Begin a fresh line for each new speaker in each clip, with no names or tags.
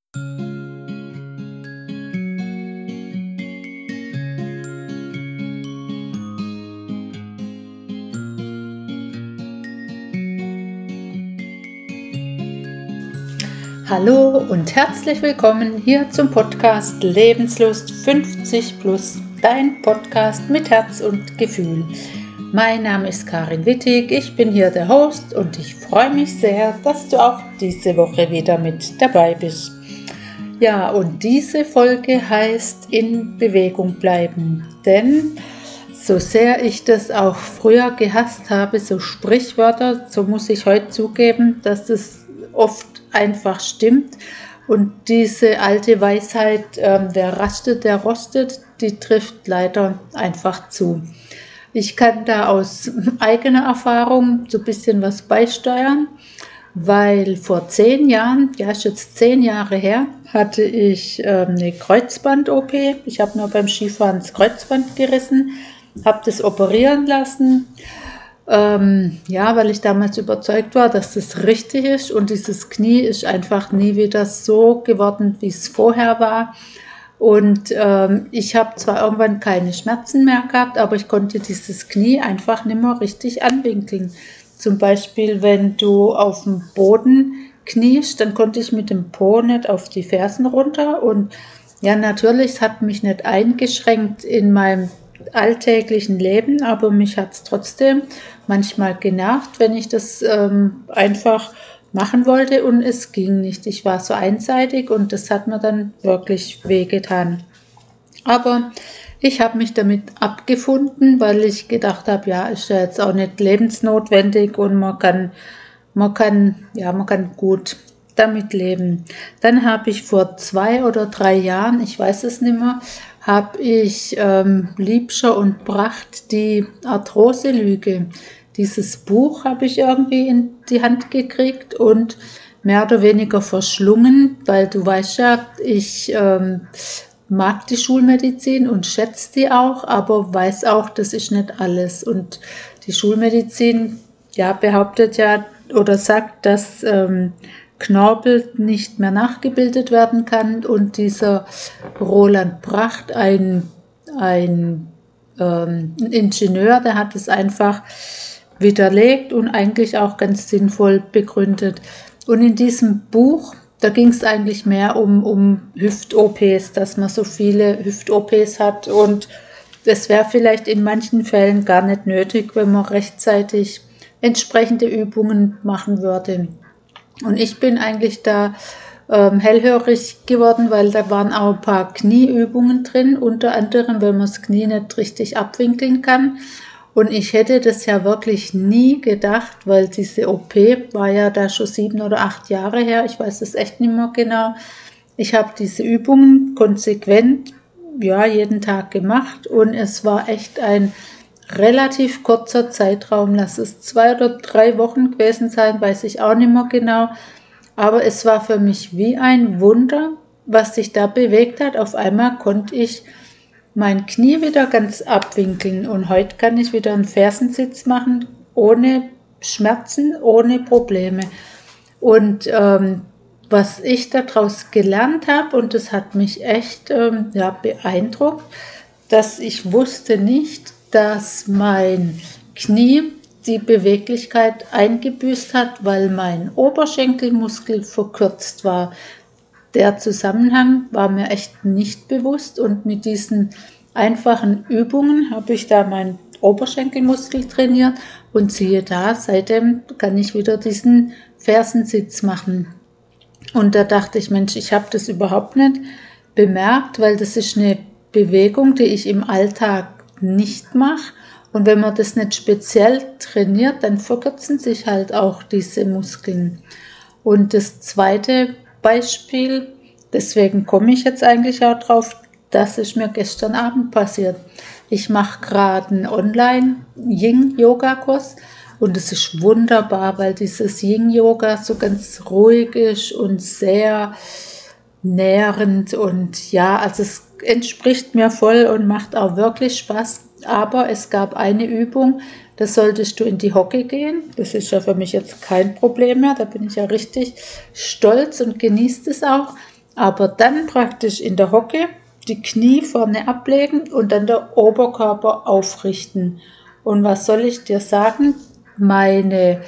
Hallo und herzlich willkommen hier zum Podcast Lebenslust 50 plus, dein Podcast mit Herz und Gefühl. Mein Name ist Karin Wittig, ich bin hier der Host und ich freue mich sehr, dass du auch diese Woche wieder mit dabei bist. Ja, und diese Folge heißt in Bewegung bleiben, denn so sehr ich das auch früher gehasst habe, so Sprichwörter, so muss ich heute zugeben, dass es oft einfach stimmt. Und diese alte Weisheit, wer rastet, der rostet, die trifft leider einfach zu. Ich kann da aus eigener Erfahrung so ein bisschen was beisteuern, weil vor 10 Jahren, ja ist jetzt 10 Jahre her, hatte ich eine Kreuzband-OP. Ich habe nur beim Skifahren das Kreuzband gerissen, habe das operieren lassen. Weil ich damals überzeugt war, dass das richtig ist, und dieses Knie ist einfach nie wieder so geworden, wie es vorher war. Und ich habe zwar irgendwann keine Schmerzen mehr gehabt, aber ich konnte dieses Knie einfach nicht mehr richtig anwinkeln. Zum Beispiel, wenn du auf dem Boden kniest, dann konnte ich mit dem Po nicht auf die Fersen runter. Und ja, natürlich, es hat mich nicht eingeschränkt in meinem alltäglichen Leben, aber mich hat es trotzdem manchmal genervt, wenn ich das einfach machen wollte und es ging nicht. Ich war so einseitig und das hat mir dann wirklich wehgetan. Aber ich habe mich damit abgefunden, weil ich gedacht habe, ja, ist ja jetzt auch nicht lebensnotwendig und man kann gut damit leben. Dann habe ich vor 2 oder 3 Jahren, ich weiß es nicht mehr, habe ich Liebscher und Bracht, die Arthrose-Lüge. Dieses Buch habe ich irgendwie in die Hand gekriegt und mehr oder weniger verschlungen, weil du weißt ja, ich mag die Schulmedizin und schätze die auch, aber weiß auch, das ist nicht alles. Und die Schulmedizin behauptet ja oder sagt, dass Knorpel nicht mehr nachgebildet werden kann, und dieser Roland Bracht, ein Ingenieur, der hat es einfach widerlegt und eigentlich auch ganz sinnvoll begründet. Und in diesem Buch, da ging es eigentlich mehr um Hüft-OPs, dass man so viele Hüft-OPs hat, und das wäre vielleicht in manchen Fällen gar nicht nötig, wenn man rechtzeitig entsprechende Übungen machen würde. Und ich bin eigentlich da hellhörig geworden, weil da waren auch ein paar Knieübungen drin, unter anderem, wenn man das Knie nicht richtig abwinkeln kann. Und ich hätte das ja wirklich nie gedacht, weil diese OP war ja da schon 7 oder 8 Jahre her. Ich weiß es echt nicht mehr genau. Ich habe diese Übungen konsequent, jeden Tag gemacht, und es war echt ein relativ kurzer Zeitraum. Lass es 2 oder 3 Wochen gewesen sein, weiß ich auch nicht mehr genau. Aber es war für mich wie ein Wunder, was sich da bewegt hat. Auf einmal konnte ich mein Knie wieder ganz abwinkeln, und heute kann ich wieder einen Fersensitz machen, ohne Schmerzen, ohne Probleme. Und was ich daraus gelernt habe, und das hat mich echt beeindruckt, dass ich wusste nicht, dass mein Knie die Beweglichkeit eingebüßt hat, weil mein Oberschenkelmuskel verkürzt war. Der Zusammenhang war mir echt nicht bewusst, und mit diesen einfachen Übungen habe ich da meinen Oberschenkelmuskel trainiert, und siehe da, seitdem kann ich wieder diesen Fersensitz machen. Und da dachte ich, Mensch, ich habe das überhaupt nicht bemerkt, weil das ist eine Bewegung, die ich im Alltag nicht mache. Und wenn man das nicht speziell trainiert, dann verkürzen sich halt auch diese Muskeln. Und das zweite Beispiel, deswegen komme ich jetzt eigentlich auch drauf, das ist mir gestern Abend passiert. Ich mache gerade einen Online-Yin-Yoga-Kurs, und es ist wunderbar, weil dieses Yin-Yoga so ganz ruhig ist und sehr nährend, und also es entspricht mir voll und macht auch wirklich Spaß. Aber es gab eine Übung, da solltest du in die Hocke gehen. Das ist ja für mich jetzt kein Problem mehr, da bin ich ja richtig stolz und genieße es auch. aber dann praktisch in der Hocke die Knie vorne ablegen und dann der Oberkörper aufrichten. Und was soll ich dir sagen? Meine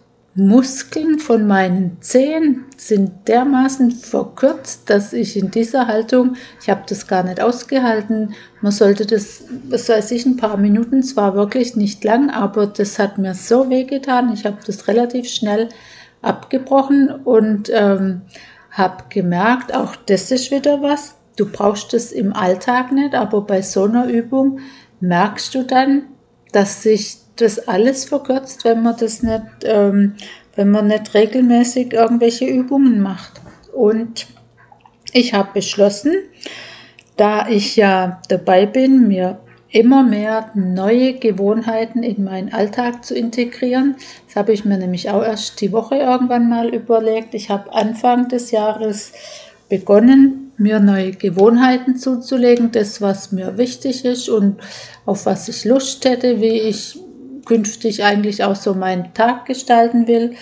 Muskeln von meinen Zehen sind dermaßen verkürzt, dass ich in dieser Haltung, ich habe das gar nicht ausgehalten, man sollte das, was weiß ich, ein paar Minuten, zwar wirklich nicht lang, aber das hat mir so wehgetan, ich habe das relativ schnell abgebrochen und habe gemerkt, auch das ist wieder was, du brauchst es im Alltag nicht, aber bei so einer Übung merkst du dann, dass sich das alles verkürzt, wenn man das nicht, wenn man nicht regelmäßig irgendwelche Übungen macht. Und ich habe beschlossen, da ich ja dabei bin, mir immer mehr neue Gewohnheiten in meinen Alltag zu integrieren. Das habe ich mir nämlich auch erst die Woche irgendwann mal überlegt. Ich habe Anfang des Jahres begonnen, mir neue Gewohnheiten zuzulegen, das, was mir wichtig ist und auf was ich Lust hätte, wie ich künftig eigentlich auch so meinen Tag gestalten will.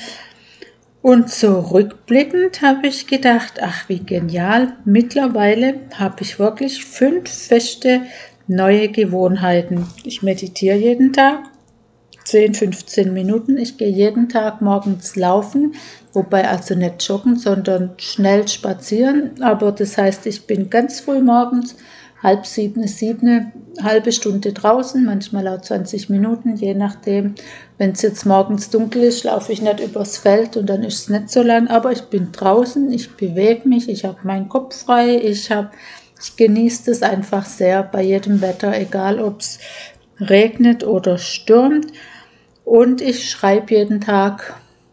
Und so rückblickend habe ich gedacht, ach wie genial, mittlerweile habe ich wirklich 5 feste neue Gewohnheiten. Ich meditiere jeden Tag, 10, 15 Minuten. Ich gehe jeden Tag morgens laufen, wobei also nicht joggen, sondern schnell spazieren. Aber das heißt, ich bin ganz früh morgens, 6:30, 7, halbe Stunde draußen, manchmal auch 20 Minuten, je nachdem. Wenn es jetzt morgens dunkel ist, laufe ich nicht übers Feld und dann ist es nicht so lang. Aber ich bin draußen, ich bewege mich, ich habe meinen Kopf frei, ich genieße das einfach sehr bei jedem Wetter, egal ob es regnet oder stürmt. Und ich schreibe jeden Tag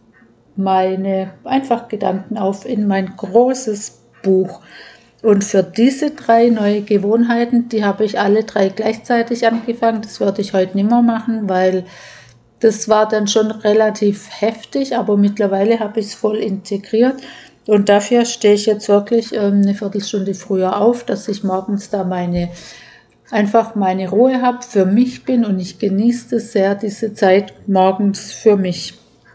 meine einfach Gedanken auf in mein großes Buch. Und für diese 3 neue Gewohnheiten, die habe ich alle 3 gleichzeitig angefangen. Das würde ich heute nicht mehr machen, weil das war dann schon relativ heftig, aber mittlerweile habe ich es voll integriert. Und dafür stehe ich jetzt wirklich eine Viertelstunde früher auf, dass ich morgens da einfach meine Ruhe habe, für mich bin und ich genieße es sehr, diese Zeit morgens für mich.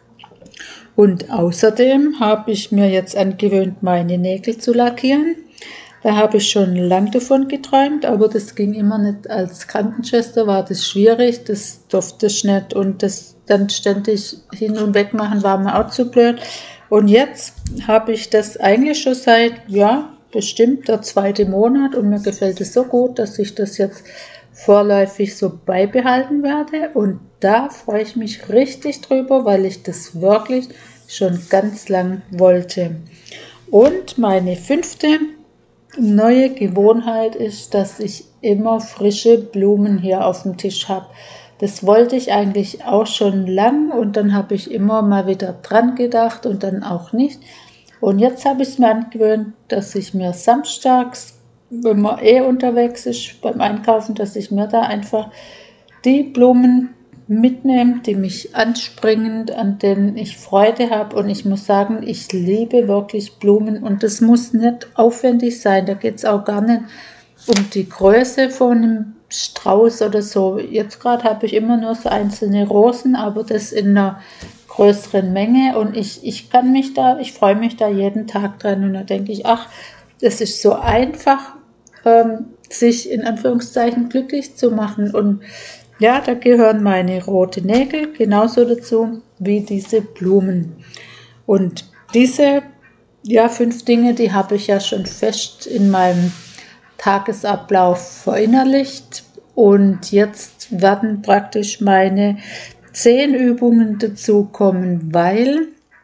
Und außerdem habe ich mir jetzt angewöhnt, meine Nägel zu lackieren. Da habe ich schon lange davon geträumt, aber das ging immer nicht. Als Krankenschwester war das schwierig, das durfte ich nicht und das dann ständig hin und weg machen war mir auch zu blöd. Und jetzt habe ich das eigentlich schon seit, bestimmt der 2. Monat und mir gefällt es so gut, dass ich das jetzt vorläufig so beibehalten werde und da freue ich mich richtig drüber, weil ich das wirklich schon ganz lang wollte. Und meine 5. neue Gewohnheit ist, dass ich immer frische Blumen hier auf dem Tisch habe. Das wollte ich eigentlich auch schon lang und dann habe ich immer mal wieder dran gedacht und dann auch nicht. Und jetzt habe ich es mir angewöhnt, dass ich mir samstags, wenn man unterwegs ist beim Einkaufen, dass ich mir da einfach die Blumen mitnehme, die mich anspringen, an denen ich Freude habe. Und ich muss sagen, ich liebe wirklich Blumen und das muss nicht aufwendig sein. Da geht es auch gar nicht um die Größe von einem Strauß oder so. Jetzt gerade habe ich immer nur so einzelne Rosen, aber das in einer größeren Menge und ich freue mich da jeden Tag dran und da denke ich, ach, das ist so einfach, sich in Anführungszeichen glücklich zu machen und ja, da gehören meine roten Nägel genauso dazu wie diese Blumen. Und diese 5 Dinge, die habe ich ja schon fest in meinem Tagesablauf verinnerlicht und jetzt werden praktisch meine 10 Übungen dazukommen, weil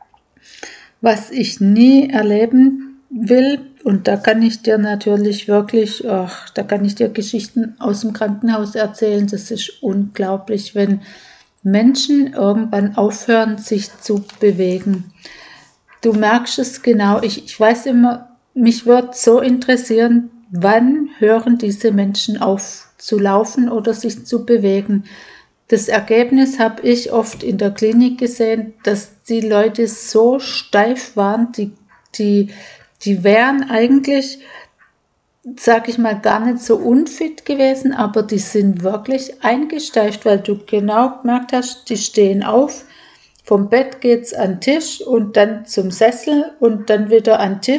was ich nie erleben will, und da kann ich dir natürlich wirklich, da kann ich dir Geschichten aus dem Krankenhaus erzählen, das ist unglaublich, wenn Menschen irgendwann aufhören, sich zu bewegen. Du merkst es genau, ich weiß immer, mich würde so interessieren, wann hören diese Menschen auf zu laufen oder sich zu bewegen. Das Ergebnis habe ich oft in der Klinik gesehen, dass die Leute so steif waren, die wären eigentlich, sag ich mal, gar nicht so unfit gewesen, aber die sind wirklich eingesteift, weil du genau gemerkt hast, die stehen auf, vom Bett geht's an den Tisch und dann zum Sessel und dann wieder an den Tisch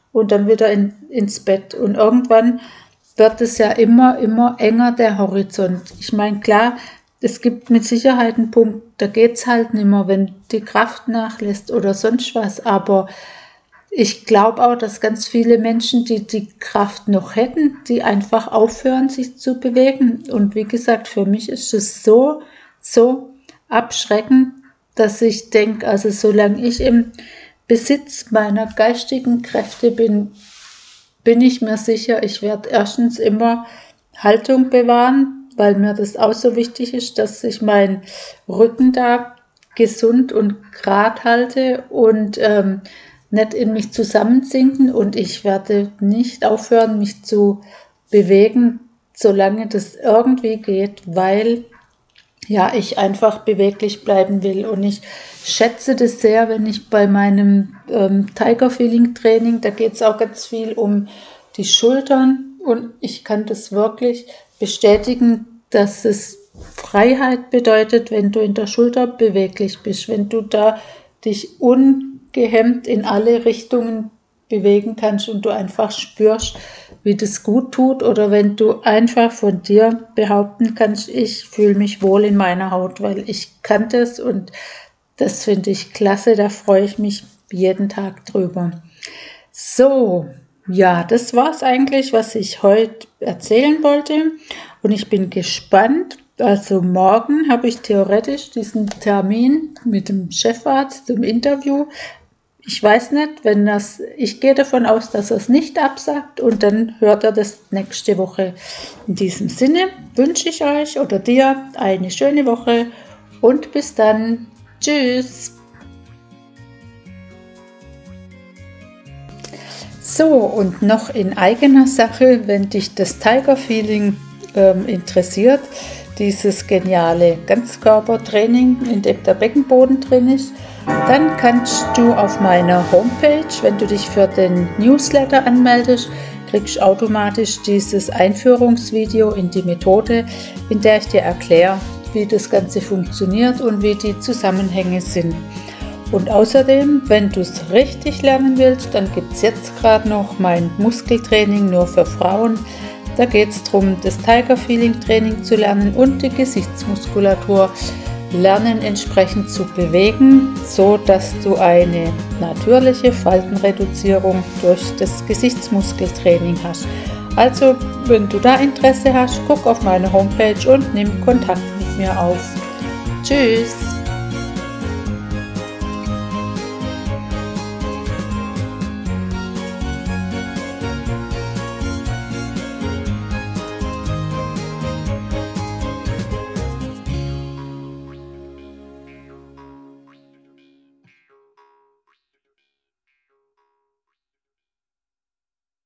und dann wieder ins Bett. Und irgendwann wird es ja immer enger, der Horizont. Ich meine, klar, es gibt mit Sicherheit einen Punkt, da geht es halt nicht mehr, wenn die Kraft nachlässt oder sonst was. Aber ich glaube auch, dass ganz viele Menschen, die die Kraft noch hätten, die einfach aufhören, sich zu bewegen. Und wie gesagt, für mich ist es so abschreckend, dass ich denke, also solange ich im Besitz meiner geistigen Kräfte bin ich mir sicher, ich werde erstens immer Haltung bewahren, weil mir das auch so wichtig ist, dass ich meinen Rücken da gesund und gerade halte und nicht in mich zusammensinken, und ich werde nicht aufhören, mich zu bewegen, solange das irgendwie geht, weil ja, ich einfach beweglich bleiben will. Und ich schätze das sehr, wenn ich bei meinem Tiger Feeling Training, da geht es auch ganz viel um die Schultern, und ich kann das wirklich bestätigen, dass es Freiheit bedeutet, wenn du in der Schulter beweglich bist, wenn du da dich ungehemmt in alle Richtungen bewegen kannst und du einfach spürst, wie das gut tut, oder wenn du einfach von dir behaupten kannst, ich fühle mich wohl in meiner Haut, weil ich kann das, und das finde ich klasse, da freue ich mich jeden Tag drüber. So, ja, das war es eigentlich, was ich heute erzählen wollte, und ich bin gespannt. Also morgen habe ich theoretisch diesen Termin mit dem Chefarzt zum Interview. Ich weiß nicht, ich gehe davon aus, dass er es nicht absagt, und dann hört er das nächste Woche. In diesem Sinne wünsche ich euch oder dir eine schöne Woche und bis dann. Tschüss. So, und noch in eigener Sache, wenn dich das Tiger Feeling interessiert, dieses geniale Ganzkörpertraining, in dem der Beckenboden drin ist, dann kannst du auf meiner Homepage, wenn du dich für den Newsletter anmeldest, kriegst du automatisch dieses Einführungsvideo in die Methode, in der ich dir erkläre, wie das Ganze funktioniert und wie die Zusammenhänge sind. Und außerdem, wenn du es richtig lernen willst, dann gibt es jetzt gerade noch mein Muskeltraining nur für Frauen. Da geht es darum, das Tiger Feeling Training zu lernen und die Gesichtsmuskulatur lernen entsprechend zu bewegen, so dass du eine natürliche Faltenreduzierung durch das Gesichtsmuskeltraining hast. Also, wenn du da Interesse hast, guck auf meine Homepage und nimm Kontakt mit mir auf. Tschüss!